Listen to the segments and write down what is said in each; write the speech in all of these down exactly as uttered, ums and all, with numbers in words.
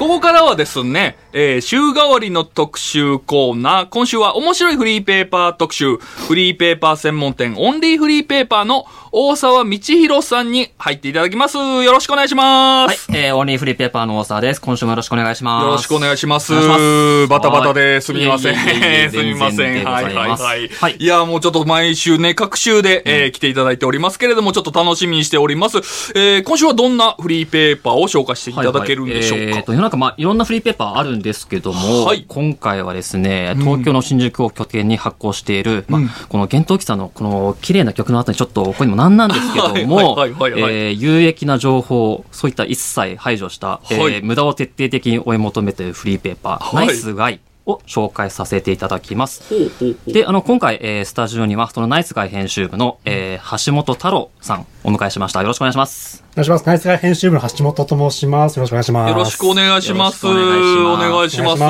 ここからはですね、えー、週替わりの特集コーナー、今週は面白いフリーペーパー特集、フリーペーパー専門店オンリーフリーペーパーの大沢道弘さんに入っていただきます。よろしくお願いします。 はい、えー、オンリーフリーペーパーの大沢です。今週もよろしくお願いします。 よろしくお願いします。バタバタですみません。すみません。はいはいはい。はい、いや、もうちょっと毎週ね、各週で、えー、来ていただいておりますけれども、ちょっと楽しみにしております。えー、今週はどんなフリーペーパーを紹介していただけるんでしょうか。はいはい、えーと、世の中、まあ、いろんなフリーペーパーあるんですけども、はい、今回はですね、東京の新宿を拠点に発行している、うん、まあ、この幻冬記さんのこの綺麗な曲の後にちょっとここにもなんなんですけども、有益な情報、そういった一切排除した、はい、えー、無駄を徹底的に追い求めているフリーペーパー、はい、ナイスガイを紹介させていただきます。ほうほうほう。で、あの、今回、えー、スタジオには、そのナイスガイ編集部の、えー、橋本太郎さん、お迎えしました。よろしくお願いします。 お願いします。ナイスガイ編集部の橋本と申します。よろしくお願いします。 よろしくお願いします。お願いします。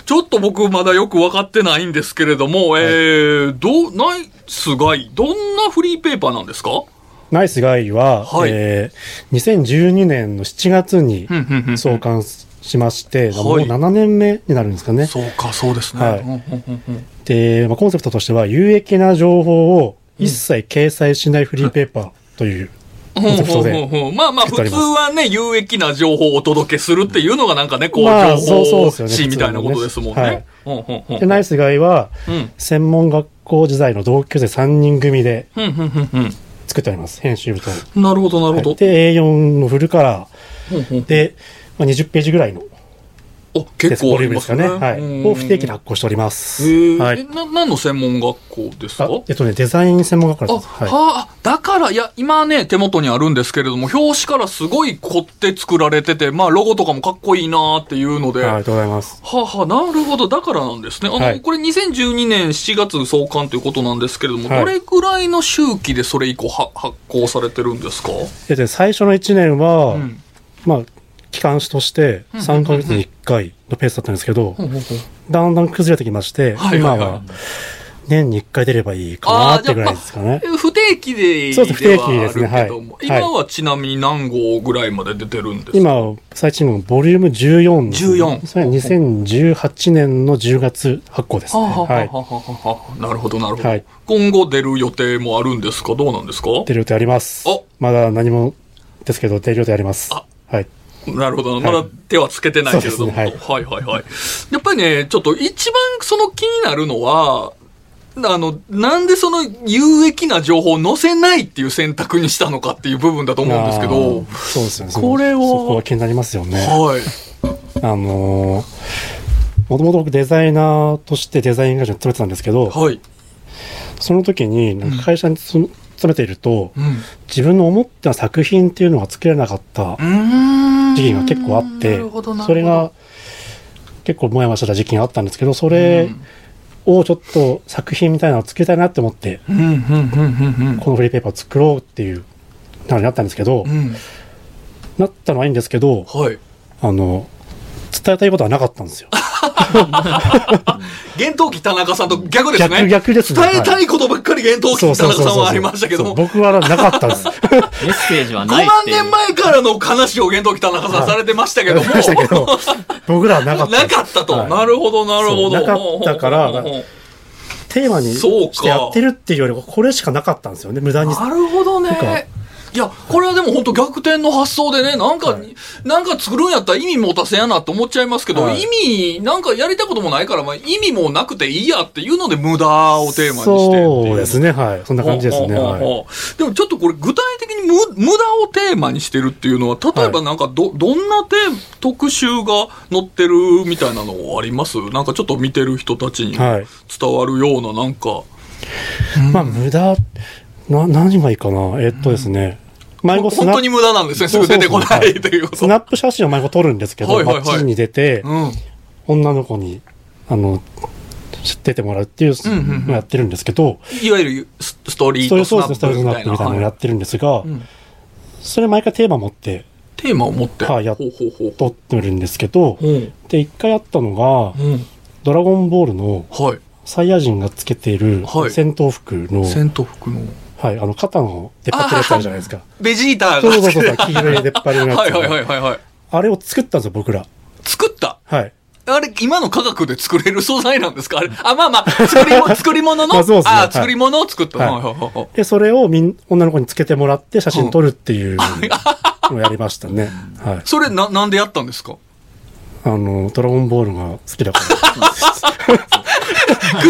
ちょっと僕まだよく分かってないんですけれども、はい、えー、どう、ナイスガイ、どんなフリーペーパーなんですか？ ナイスガイは、はい、えー、にせんじゅうにねんのしちがつに創刊しまして、はい、もうななねんめになるんですかね。 そうか、そうですね。 はい、で、まあ、コンセプトとしては、有益な情報を一切掲載しないフリーペーパーという、コンセプトで。 まあまあ、普通はね、有益な情報をお届けするっていうのがなんかね、こう、まあ、情報誌みたいなことですもんね。 で、ナイスガイは、うん、専門学校時代の同級生さんにん組で、作ってあります。編集部と。 なるほど、なるほど。 はい、で、エーよん のフルカラーで、まあ、にじゅっページぐらいの。 お、結構ありますね。 はい。を不定期で発行しております。 はい。な、何の専門学校ですか？ えっとね、デザイン専門学校です。 あ、はい、はあ、だから、いや、今ね、手元にあるんですけれども、表紙からすごい凝って作られてて、まあ、ロゴとかもかっこいいなーっていうので。 ありがとうございます。 はあ、はあ、なるほど。だからなんですね。あの、はい、これにせんじゅうにねんしちがつ創刊ということなんですけれども、はい、どれぐらいの周期でそれ以降は発行されてるんですか？ えっと、最初のいちねんは、うん、まあ、機関誌としてさんかげつにいっかいのペースだったんですけど、だんだん崩れてきまして、はいはいはい、今は年にいっかい出ればいいかなってぐらいですかね。 不定期でそうです、不定期ですね。はい。 今はちなみに何号ぐらいまで出てるんですか？ 今、最新のボリュームじゅうよん、ね。 じゅうよん。 それはにせんじゅうはちねんのじゅうがつ発行ですね。はい。 なるほど、なるほど、はい。今後出る予定もあるんですか？どうなんですか？ 出る予定あります。まだ何もですけど、出る予定あります。あ、はい。 なるほど。まだ手はつけてないけれども。はい、ね、はい、はいはい。やっぱりね、ちょっと一番その気になるのは、あの、なんでその有益な情報を載せないっていう選択にしたのかっていう部分だと思うんですけど。 そうですよね。 これは。そこは気になりますよね。 はい。 あのー、もともと僕デザイナーとしてデザイン会社に勤めてたんですけど、はい。その時に、なんか会社に勤め、うん勤めていると、うん、自分の思った作品っていうのが作れなかった時期が結構あって、それが結構もやもやした時期があったんですけど、それをちょっと作品みたいなのを作りたいなって思って、このフリーペーパーを作ろうっていうなのになったんですけど、うん、なったのはいいんですけど、はい、あの伝えたいことはなかったんですよ。 幻冬記田中さんと逆ですね。 逆、逆ですね。 伝えたいことばっかり幻冬記田中さんはありましたけども。 僕はなかったんです。メッセージはないってごまんねんまえからの話を幻冬記田中さんされてましたけども。 ましたけど僕らはなかった。 なかったと。はい、なるほど、なるほど。 なかったから、テーマにしてやってるっていうよりも、これしかなかったんですよね、無駄に。 なるほどね。いや、これはでも本当逆転の発想でね、なんか、はい、なんか作るんやったら意味持たせやなって思っちゃいますけど、はい、意味、なんかやりたいこともないから、まあ、意味もなくていいやっていうので無駄をテーマにしてそうですね、はい。そんな感じですね。はい、 でもちょっとこれ具体的に無、無駄をテーマにしてるっていうのは、例えばなんかど、はい、どんなテーマ、特集が載ってるみたいなのあります？なんかちょっと見てる人たちに伝わるような、なんか。はい、 まあ、無駄、な、何がいいかな。えー、っとですね。 迷子本当に無駄なんですね。すぐ出てこないということ。 スナップ写真を迷子撮るんですけど、はいはいはい、街に出て、うん、女の子に、あの、出てもらうっていうのをやってるんですけど、うんうんうん、 いわゆるストリートスナップみたいな。ストリートスナップみたいなのをやってるんですが、はい、 それ毎回テーマ持って、 テーマを持って、 はい、やっ撮ってるんですけど、うん、で、一回やったのが、うん、ドラゴンボールの、サイヤ人がつけている戦闘服の、 はい、戦闘服の、 はい、あの、肩の出っ張ってるやつあるじゃないですか。 ベジータが。 そうそうそう、黄色い出っ張りのやつ。 はいはいはいはい。 あれを作ったんですよ、僕ら。 作った。 はい。 あれ、今の科学で作れる素材なんですかあれ、あ、まあまあ、作りも、作り物の、まあそうですね、あ、作り物を作った。はいはい、で、それをみん、女の子につけてもらって写真撮るっていうのをやりましたね。はい。 それ、な、なんでやったんですか？ あの、ドラゴンボールが好きだから。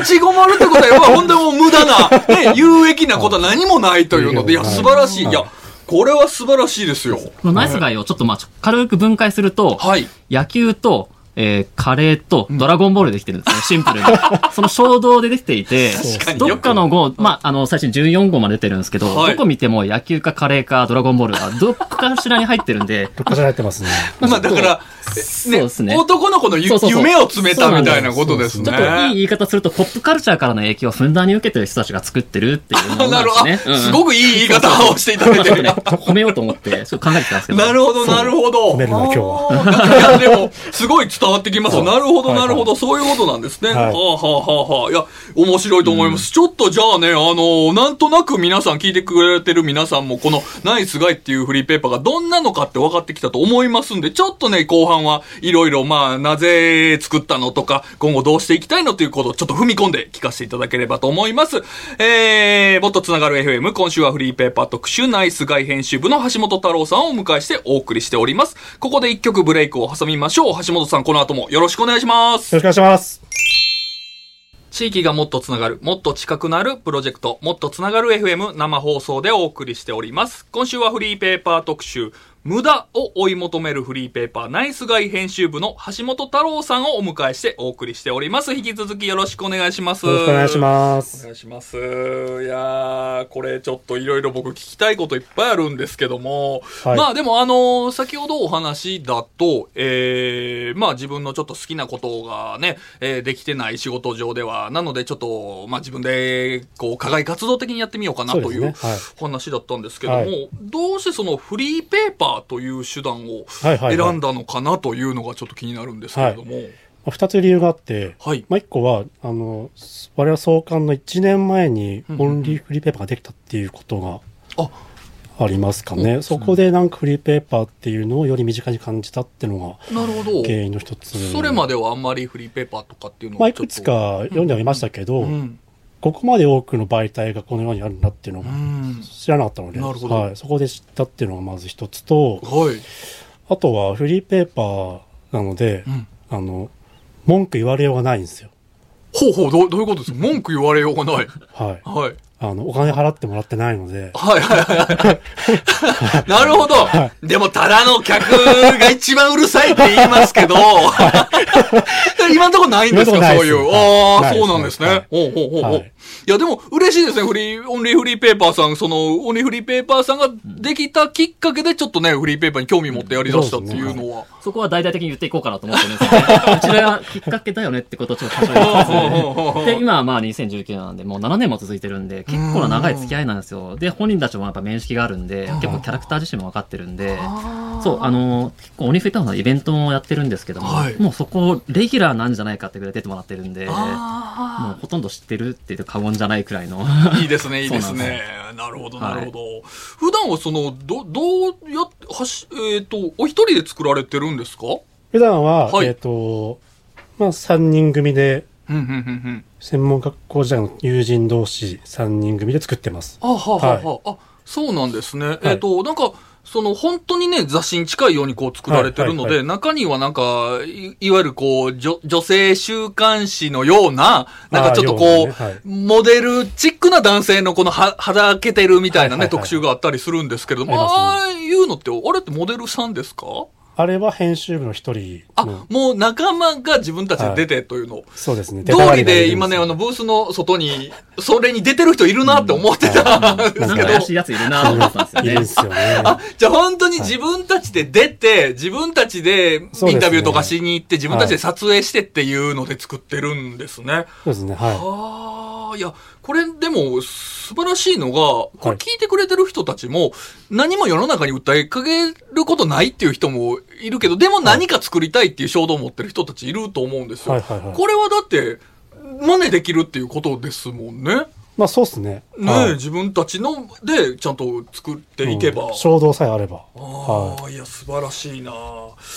口ごもるってことは、やっぱほんでもう無駄な、ね、有益なことは何もないというので、いや、素晴らしい。いや、これは素晴らしいですよ。 ナイスガイをちょっとまあ、軽く分解すると、はい、野球と、えー、カレーとドラゴンボールでできてるんですね、シンプルに。その衝動でできていて、どっかの号、まあ、あの、最初にじゅうよん号まで出てるんですけど、はい、どこ見ても野球かカレーかドラゴンボールがどっかしらに入ってるんで。 どっかしら入ってますね。 まあ、だから、ね、そうですね。男の子の夢を詰めたみたいなことですね。 ちょっといい言い方すると、ポップカルチャーからの影響をふんだんに受けてる人たちが作ってるっていうのなんですね。 うん、すごくいい言い方をしていただいてる。 ね、褒めようと思って、ちょっと考えてたんですけど。 なるほど、なるほど。 褒めるな、今日は。 いや、でも、すごい伝わってきます。なるほど、なるほど。そういうことなんですね。はあ、はあ、はあ、はあ。いや、面白いと思います。ちょっとじゃあね、あの、なんとなく皆さん聞いてくれてる皆さんも、このナイスガイっていうフリーペーパーがどんなのかって分かってきたと思いますんで、ちょっとね、後半はいろいろ、まあ、なぜ作ったのとか、今後どうしていきたいのということをちょっと踏み込んで聞かせていただければと思います。えー、もっとつながる エフエム、今週はフリーペーパー特集、ナイスガイ編集部の橋本太郎さんをお迎えしてお送りしております。ここで一曲ブレイクを挟みましょう。橋本さん、この後もよろしくお願いします。 よろしくお願いします。 地域がもっとつながる、もっと近くなるプロジェクト、もっとつながる エフエム 生放送でお送りしております。今週はフリーペーパー特集、無駄を追い求めるフリーペーパーナイスガイ編集部の橋本太郎さんをお迎えしてお送りしております。引き続きよろしくお願いします。 よろしくお願いします。 お願いします。いやー、これちょっといろいろ僕聞きたいこといっぱいあるんですけども、はい、まあでもあのー、先ほどお話だと、えー、まあ自分のちょっと好きなことがね、えー、できてない仕事上では、なのでちょっと、まあ自分でこう課外活動的にやってみようかなというお話だったんですけども、はい、どうしてそのフリーペーパーという手段を選んだのかなというのがちょっと気になるんですけれども、はいはいはい、 ふたつ理由があって、はい、まあ、いっこはあの我々創刊のいちねんまえにオンリーフリーペーパーができたっていうことがありますかね、うんうん、そこでなんかフリーペーパーっていうのをより身近に感じたっていうのが原因の一つ。 それまではあんまりフリーペーパーとかっていうのは、まあ、いくつか読んではいましたけど、うんうん、ここまで多くの媒体がこのようにあるんだっていうのが知らなかったので、はい、そこで知ったっていうのがまず一つと、はい、あとはフリーペーパーなので、うん、あの文句言われようがないんですよ。 ほうほう、ど, どういうことですか？文句言われようがない。はい。 はい。あの、お金払ってもらってないので。 はいはいはい。なるほど。はい、でも、ただの客が一番うるさいって言いますけど、今のところないんですか、そういう。ああ、そうなんですね。ほうほうほうほう。はい、いや、でも、嬉しいですね、フリー、オンリーフリーペーパーさん、その、オンリーフリーペーパーさんができたきっかけで、ちょっとね、フリーペーパーに興味持ってやりだしたっていうのは。 そこは大々的に言っていこうかなと思ってるんですよね。うちらがきっかけだよねってことをちょっと多少言ってで、今はまあにせんじゅうきゅうねんなんで、もうななねんも続いてるんで、結構な長い付き合いなんですよ。で、本人たちもやっぱ面識があるんで、結構キャラクター自身も分かってるんで、そう、あの、結構オニフリーペーパーのイベントもやってるんですけども、はい、もうそこ、レギュラーなんじゃないかってぐらい出てもらってるんで、もうほとんど知ってるって言うと過言じゃないくらいの。 いいですね、いいですね。なるほど、なるほど。はい、普段はその、ど、どうやって、はし、えっと、お一人で作られてるんですか？ 普段は、はい、えっと、まあさんにん組で、専門学校時代の友人同士さんにん組で作ってます。 あははは、はい、あ、そうなんですね。はい、えっと、なんか、その本当にね、雑誌に近いようにこう作られてるので、はいはいはい、中にはなんか、い, いわゆるこう、女, 女性週刊誌のような、なんかちょっとこう、ね、はい、モデルチックな男性のこのは、はだけてるみたいなね、はいはいはい、特集があったりするんですけれども、ああいうのって、あれってモデルさんですか？ あれは編集部の一人あ、もう仲間が自分たちで出てというの。はい、 そうですね。 通りで今ね、あの、ブースの外に、それに出てる人いるなって思ってたんですけど。なんか怪しいやついるなと思ったんですよね。いるんですよね。 あ、じゃあ本当に自分たちで出て、はい、自分たちでインタビューとかしに行って、自分たちで撮影してっていうので作ってるんですね。 そうですね、はい。 ああ、いや、これでも素晴らしいのが、これ聞いてくれてる人たちも、何も世の中に訴えかけることないっていう人もいるけど、でも何か作りたいっていう衝動を持ってる人たちいると思うんですよ。はいはいはい、これはだって、真似できるっていうことですもんね。 まあそうですね。 ね、はい、自分たちのでちゃんと作っていけば。 うん、衝動さえあれば。 ああ、はい、いや、素晴らしいな。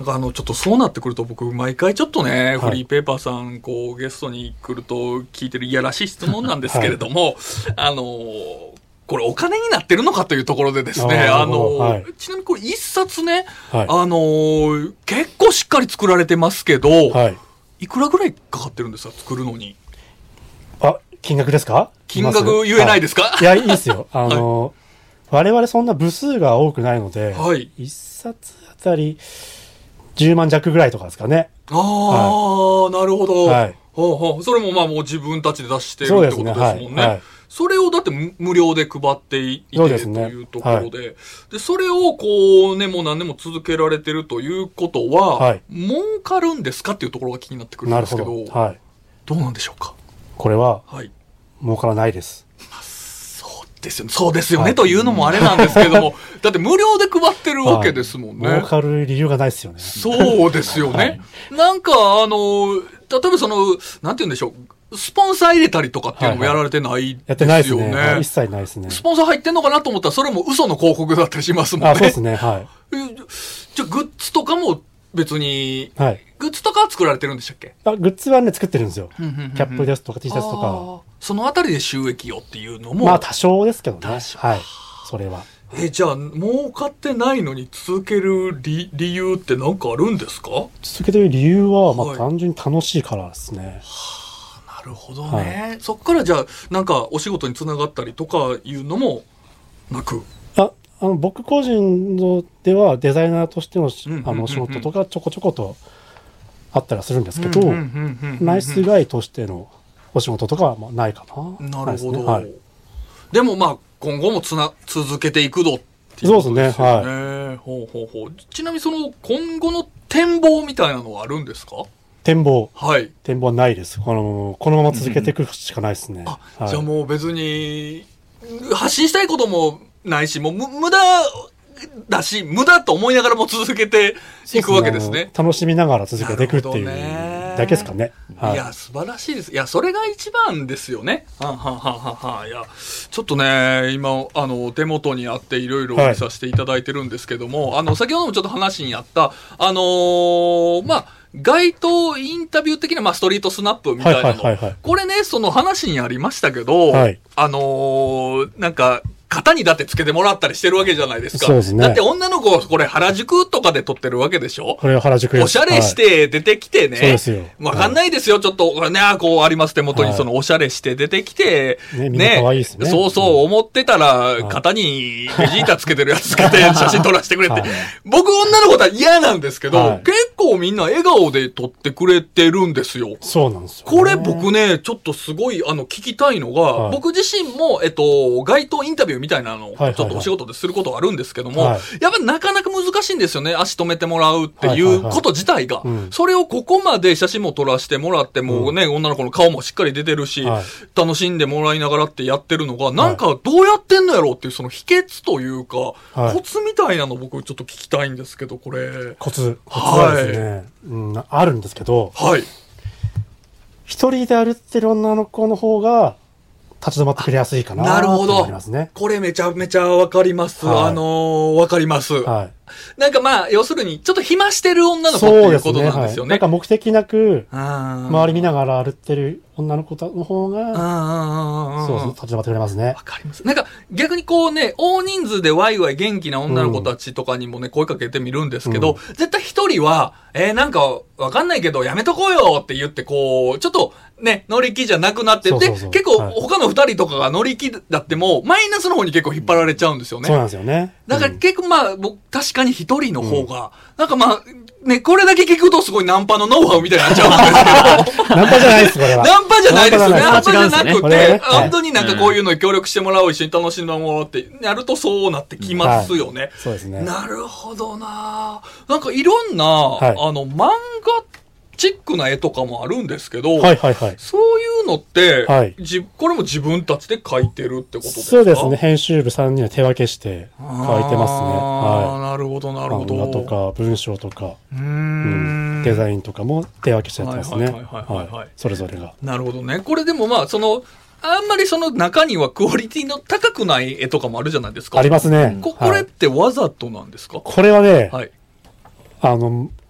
なんかあの、ちょっとそうなってくると僕、毎回ちょっとね、はい、フリーペーパーさん、こう、ゲストに来ると聞いてるいやらしい質問なんですけれども、はい、あの、これお金になってるのかというところでですね、あの、はい、ちなみにこれ一冊ね、はい、あの、結構しっかり作られてますけど、はい、いくらぐらいかかってるんですか、作るのに。 あ、金額ですか？ 金額言えないですか？ いや、いいですよ。あの、はい、我々そんな部数が多くないので、はい、一冊あたりじゅうまん弱ぐらいとかですかね。 ああ、はい、なるほど。はい。ほうほう。それもまあもう自分たちで出してるってことですもんね。そうですね。はいはい、それをだって無料で配っていて、ね、というところで、はい、で、それをこうね、もう何年も続けられてるということは、はい、儲かるんですかっていうところが気になってくるんですけど、なるほど。はい、どうなんでしょうか。 これは、はい、儲からないです。 ですよね。そうですよね、はい、というのもあれなんですけども、だって無料で配ってるわけですもんね。 はい、儲かる理由がないですよね。 そうですよね。はい、なんか、あの、例えばその、なんて言うんでしょう、スポンサー入れたりとかっていうのもやられてないですよね。はいはい、やってないですね。 はい、一切ないですね。 スポンサー入ってんのかなと思ったら、それも嘘の広告だったりしますもんね。 あ、そうですね。はい。 じゃあ、グッズとかも別に、はい、グッズとかは作られてるんでしたっけ？ あ、グッズはね、作ってるんですよ。キャップですとか T シャツとか。 そのあたりで収益をっていうのも。 まあ多少ですけどね。はい。それは。 え、じゃあ、儲かってないのに続ける 理, 理由って何かあるんですか？ 続けてる理由は、まあ単純に楽しいからですね。 はあ、なるほどね。はい、そっからじゃあ、なんかお仕事につながったりとかいうのもなく。 あ、あの僕個人のではデザイナーとしての、あの仕事とかちょこちょことあったりはするんですけど、ナイスガイとしてのお仕事とかはまあないかな。なるほど。はい、でもまあ今後もつな続けていくぞっていうことですよね。そうですね。はい。ほうほうほう。ちなみにその今後の展望みたいなのはあるんですか？ 展望。はい。展望はないです。このこのまま続けていくしかないですね。 うん、あ、はい、じゃあもう別に発信したいこともないし、もう無駄だし、無駄と思いながらも続けていくわけですね。 ですね、楽しみながら続けていくっていうだけですかね。 はい、いや、素晴らしいです。いや、それが一番ですよね。ははははは。いや、ちょっとね、今、あの、手元にあっていろいろ見させていただいてるんですけども、はい、あの、先ほどもちょっと話にあった、あのー、まあ、街頭インタビュー的な、まあ、ストリートスナップみたいなの。はいはいはいはい、これね、その話にありましたけど、はい、あのー、なんか、型にだってつけてもらったりしてるわけじゃないですか。そうですね。だって女の子はこれ原宿とかで撮ってるわけでしょ？ これは原宿です。 おしゃれして出てきてね。 はい、そうですよ。 わかんないですよ。はい、ちょっとね、こうあります手元にそのおしゃれして出てきて、 はい、ね、みんな可愛いですね。 そうそう思ってたら、型にベジータつけてるやつつけて写真撮らせてくれて、はい、僕女の子は嫌なんですけど、はい、結構みんな笑顔で撮ってくれてるんですよ。 そうなんですよ、 ね。これ僕ね、ちょっとすごいあの聞きたいのが、はい、僕自身も、えっと、街頭インタビューみたいなのを、はいちょっとお仕事ですることはあるんですけども、はい、やっぱりなかなか難しいんですよね。足止めてもらうっていうこと自体が。はいはいはいうん、それをここまで写真も撮らせてもらって、もうね、うん、女の子の顔もしっかり出てるし、はい、楽しんでもらいながらってやってるのが、なんかどうやってんのやろうっていうその秘訣というか、はい、コツみたいなの僕ちょっと聞きたいんですけど、これ。 コツ。コツはですね、はいうん、あるんですけど、はい。一人で歩ってる女の子の方が、立ち止まってくれやすいかなと思いますね。 なるほど。これめちゃめちゃわかります。はい、あのー、わかります。はい。なんかまあ、要するに、ちょっと暇してる女の子っていうことなんですよね。はい、 なんか目的なく、周り見ながら歩ってる女の子の方が、そうそう、立ち止まってくれますね。 わかります。なんか、逆にこうね、大人数でワイワイ元気な女の子たちとかにもね、声かけてみるんですけど、うん、絶対一人は、えー、なんか、わかんないけど、やめとこうよって言って、こう、ちょっと、ね、乗り気じゃなくなってて、そうそうそう結構、はい、他の二人とかが乗り気だっても、マイナスの方に結構引っ張られちゃうんですよね。 そうなんですよね。 だから結構まあ、僕、確かに一人の方が、うん、なんかまあ、ね、これだけ聞くとすごいナンパのノウハウみたいになっちゃうんですけど。 ナンパじゃないです、これは。 ナンパじゃないですよね。ナンパじゃなくて、本当になんかこういうのに協力してもらおう、一緒に楽しんでもらおうってやるとそうなってきますよね。はい、 そうですね。 なるほどななんかいろんな、はい、あの、漫画チックな絵とかもあるんですけど、はいはいはい、そういうのって、はい、じこれも自分たちで描いてるってことですか？ そうですね。編集部さんには手分けして描いてますね。 ああ、はい、なるほどなるほど。 漫画とか文章とか、うーん、うん、デザインとかも手分けしてやってますね。それぞれが。 なるほどね。これでもまあ、その、あんまりその中にはクオリティの高くない絵とかもあるじゃないですか。 ありますね。 こ, これってわざとなんですか？ これはね、はい、あの、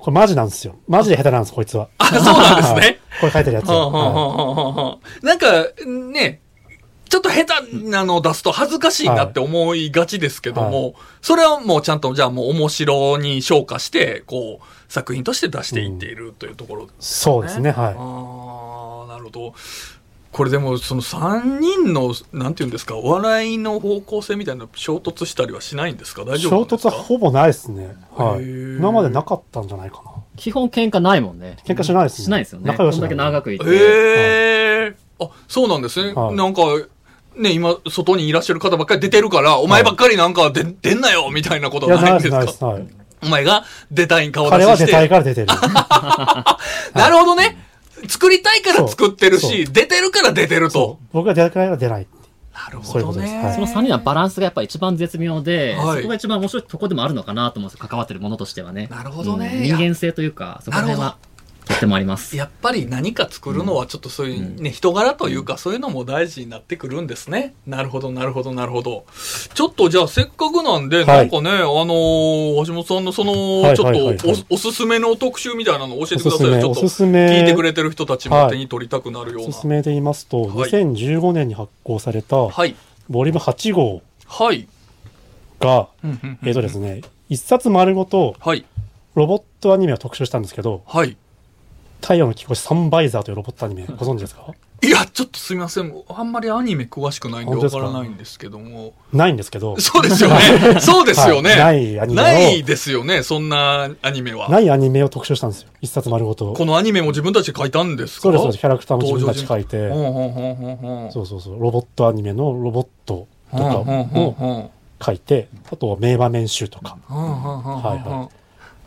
これマジなんですよ。マジで下手なんです、こいつは。 あ、そうなんですね。 これ書いてるやつ。 なんか、ね、ちょっと下手なのを出すと恥ずかしいなって思いがちですけども、はい、それはもうちゃんと、じゃあもう面白に昇華して、こう、作品として出していっているというところですね。 うん、そうですね、はい。 ああ、なるほど。これでも、そのさんにんの、なんていうんですか、お笑いの方向性みたいな衝突したりはしないんですか？大丈夫ですか？ 衝突はほぼないですね。はい。今までなかったんじゃないかな。 基本喧嘩ないもんね。 喧嘩しないですね。 しないですよね。 仲良しこんだけ長くいて。 へえー。あ、そうなんですね。はい、なんか、ね、今、外にいらっしゃる方ばっかり出てるから、お前ばっかりなんか出、出んなよみたいなことないんですか？ないです、ないです。お前が出たい顔出しして。 彼は出たいから出てる。 なるほどね。作りたいから作ってるし、出てるから出てると。 僕が出たいから出ない。 なるほどね。 そ, そのさんにんのバランスがやっぱり一番絶妙で、はい、そこが一番面白いとこでもあるのかなと思うんですよ。関わってるものとしてはね。 なるほどね。 うん、人間性というか、そこら辺は。とってもあります。 やっぱり何か作るのはちょっとそういうね、うん、人柄というかそういうのも大事になってくるんですね。なるほど、なるほど、なるほど。ちょっとじゃあせっかくなんで、はい、なんかね、あのー、橋本さんのその、はい、ちょっと お,、はいはいはい、おすすめの特集みたいなのを教えてください。ちょっと聞いてくれてる人たちも手に取りたくなるような。 おすすめで言いますと、はい、にせんじゅうごねんに発行された、はい、ボリュームはち号が、はい、えっとですね、一冊丸ごと、はい、ロボットアニメを特集したんですけど、はい、太陽の貴公子サンバイザーというロボットアニメご存知ですか？ いや、ちょっとすみません。あんまりアニメ詳しくないんでわからないんですけども。 ないんですけど。 そうですよね。そうですよね。 はい、ないアニメを。 ないですよね。そんなアニメは。 ないアニメを特集したんですよ。一冊丸ごと。 このアニメも自分たちで書いたんですか？ そうです、そうです。キャラクターも自分たち書いて。そうそうそう。ロボットアニメのロボットとかも書いて、あとは名場面集とか。はいはい。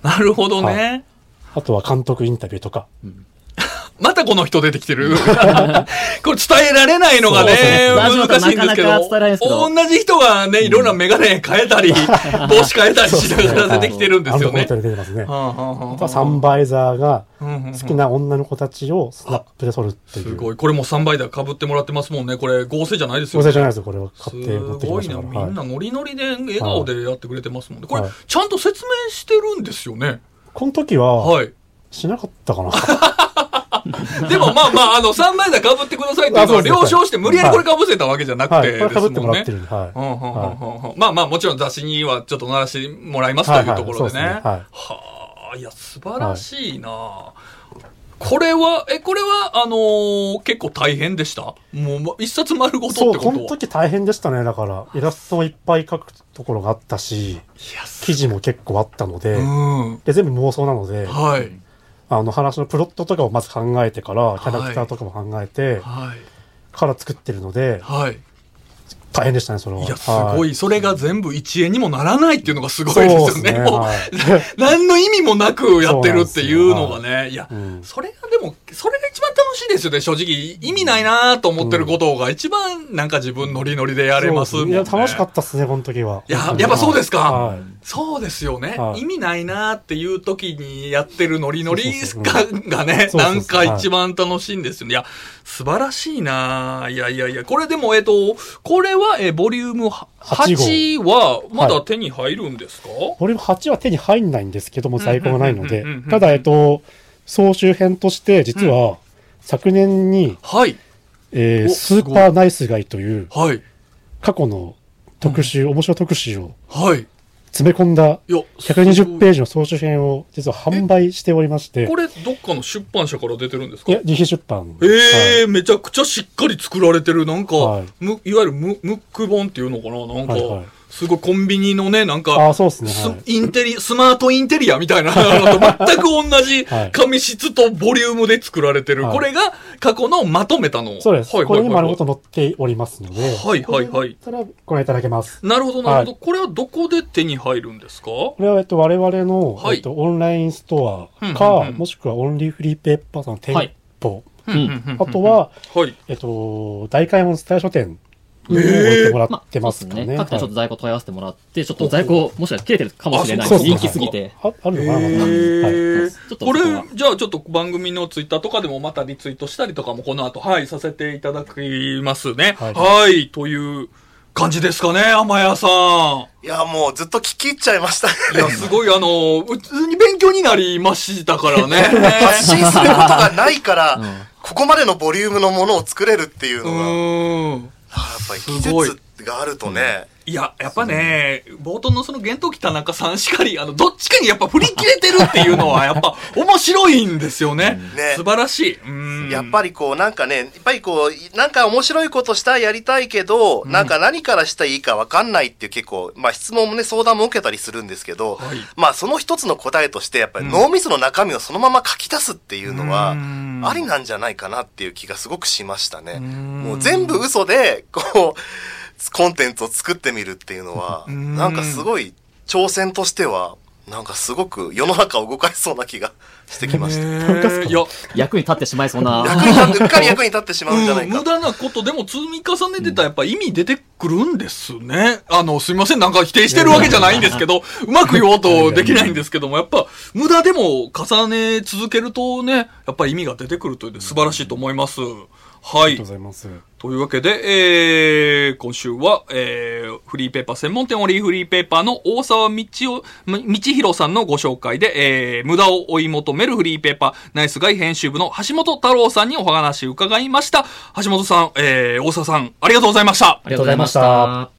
なるほどね。はい、 あとは監督インタビューとか。うんまたこの人出てきてる。これ伝えられないのがね、難しいんですけど、同じ人がね、いろんなメガネ変えたり、帽子変えたりしながら出てきてるんですよね。 あとはサンバイザーが好きな女の子たちをスナップで撮るっていう。 すごい。これもサンバイザー被ってもらってますもんね。これ合成じゃないですよね。 合成じゃないですよ。これは買って持ってきましたから。 すごいな。みんなノリノリで笑顔でやってくれてますもんね。これちゃんと説明してるんですよね。 この時は、しなかったかな。 でもまあまあ、あの、サンバイザー被ってくださいっていうのは了承して無理やりこれ被せたわけじゃなくてですもんね。まあまあもちろん雑誌にはちょっと載らせてもらいますというところでね。はあ、いや、素晴らしいな、はい、これは、え、これは、あのー、結構大変でした？もう、一冊丸ごとってことは。 そう、この時大変でしたね。だから、イラストをいっぱい描くところがあったし、記事も結構あったので、うん、で、全部妄想なので、はい。あの話のプロットとかをまず考えてから、キャラクターとかも考えて、はい、から作ってるので、はい、大変でしたね、それは。 いや、すごい、はい。それが全部一円にもならないっていうのがすごいですよね。ねもう、はい、何の意味もなくやってるっていうのがね。はい、いや、うん、それがでも、それが一番楽しいですよね、正直。意味ないなと思ってることが一番なんか自分ノリノリでやれますもんね。 いや、楽しかったっすね、この時は。 いや、やっぱそうですか。はい、そうですよね、はい。意味ないなっていう時にやってるノリノリ感がね、なんか一番楽しいんですよね。いや、素晴らしいないやいやいや、これでも、えっと、これは、え、ボリュームはちは、まだ手に入るんですか？はい、 ボリュームはちは手に入んないんですけども、在庫がないので。ただ、えっと、総集編として、実は、昨年に、はい。えー、スーパーナイスガイという、はい。過去の特集、うん、面白特集を、はい。詰め込んだひゃくにじゅうページの総集編を実は販売しておりまして。 これどっかの出版社から出てるんですか？ いや、自費出版。 ええーはい、めちゃくちゃしっかり作られてる、なんか、はい、むいわゆるムムック本っていうのかななんか、はいはい、すごいコンビニのね、なんか、 あ、そうですね、はい、 インテリ、スマートインテリアみたいなのと全く同じ紙質とボリュームで作られてる。はい、これが過去のまとめたの。 そうです。はい、これに丸ごと載っておりますので。 はいはいはい。 これご覧いただけます。 なるほどなるほど、はい。これはどこで手に入るんですか？ これは、えっと、我々の、はい、えっと、オンラインストアか、うんうんうん、もしくはオンリーフリーペーパーさんの店舗。はい、あとは、はい、えっと、大開門スタイル書店。置いてもらってますかね。 まあ、各店ちょっと在庫問い合わせてもらって、ちょっと在庫もしかしたら切れてるかもしれないです。人気すぎて。 あ, あるのかな、 はい、これ、じゃあちょっと番組のツイッターとかでもまたリツイートしたりとかもこの後、はい、させていただきますね。はい。はい、という感じですかね、天谷さん。 いや、もうずっと聞き入っちゃいましたね。 いや、すごい、あの、普通に勉強になりましたからね。 発信することがないから、うん、ここまでのボリュームのものを作れるっていうのが、うんやっぱり技術があるとね、 いや、やっぱね、冒頭のその幻冬期田中さんしかり、あの、どっちかにやっぱ振り切れてるっていうのは、やっぱ面白いんですよね。ね素晴らしい。うんやっぱりこう、なんかね、やっぱりこう、なんか面白いことしたいやりたいけど、うん、なんか何からしたらいいかわかんないっていう結構、まあ質問もね、相談も受けたりするんですけど、はい、まあその一つの答えとして、やっぱり脳みその中身をそのまま書き出すっていうのは、ありなんじゃないかなっていう気がすごくしましたね。もう全部嘘で、こう、コンテンツを作ってみるっていうのは、なんかすごい挑戦としては、なんかすごく世の中を動かしそうな気がしてきました。 いや役に立ってしまいそうな。 役に立って、うっかり役に立ってしまうんじゃないか。 無駄なことでも積み重ねてたらやっぱ意味出てくるんですね。あの、すみません、なんか否定してるわけじゃないんですけど、うまく言おうとできないんですけども、やっぱ無駄でも重ね続けるとね、やっぱり意味が出てくるというので素晴らしいと思います。はい。ありがとうございます。 というわけで、えー、今週は、えー、フリーペーパー専門店オリーフリーペーパーの大沢道夫、道弘さんのご紹介で、えー、無駄を追い求めるフリーペーパー、ナイスガイ編集部の橋本太郎さんにお話伺いました。橋本さん、えー、大沢さん、ありがとうございました。 ありがとうございました。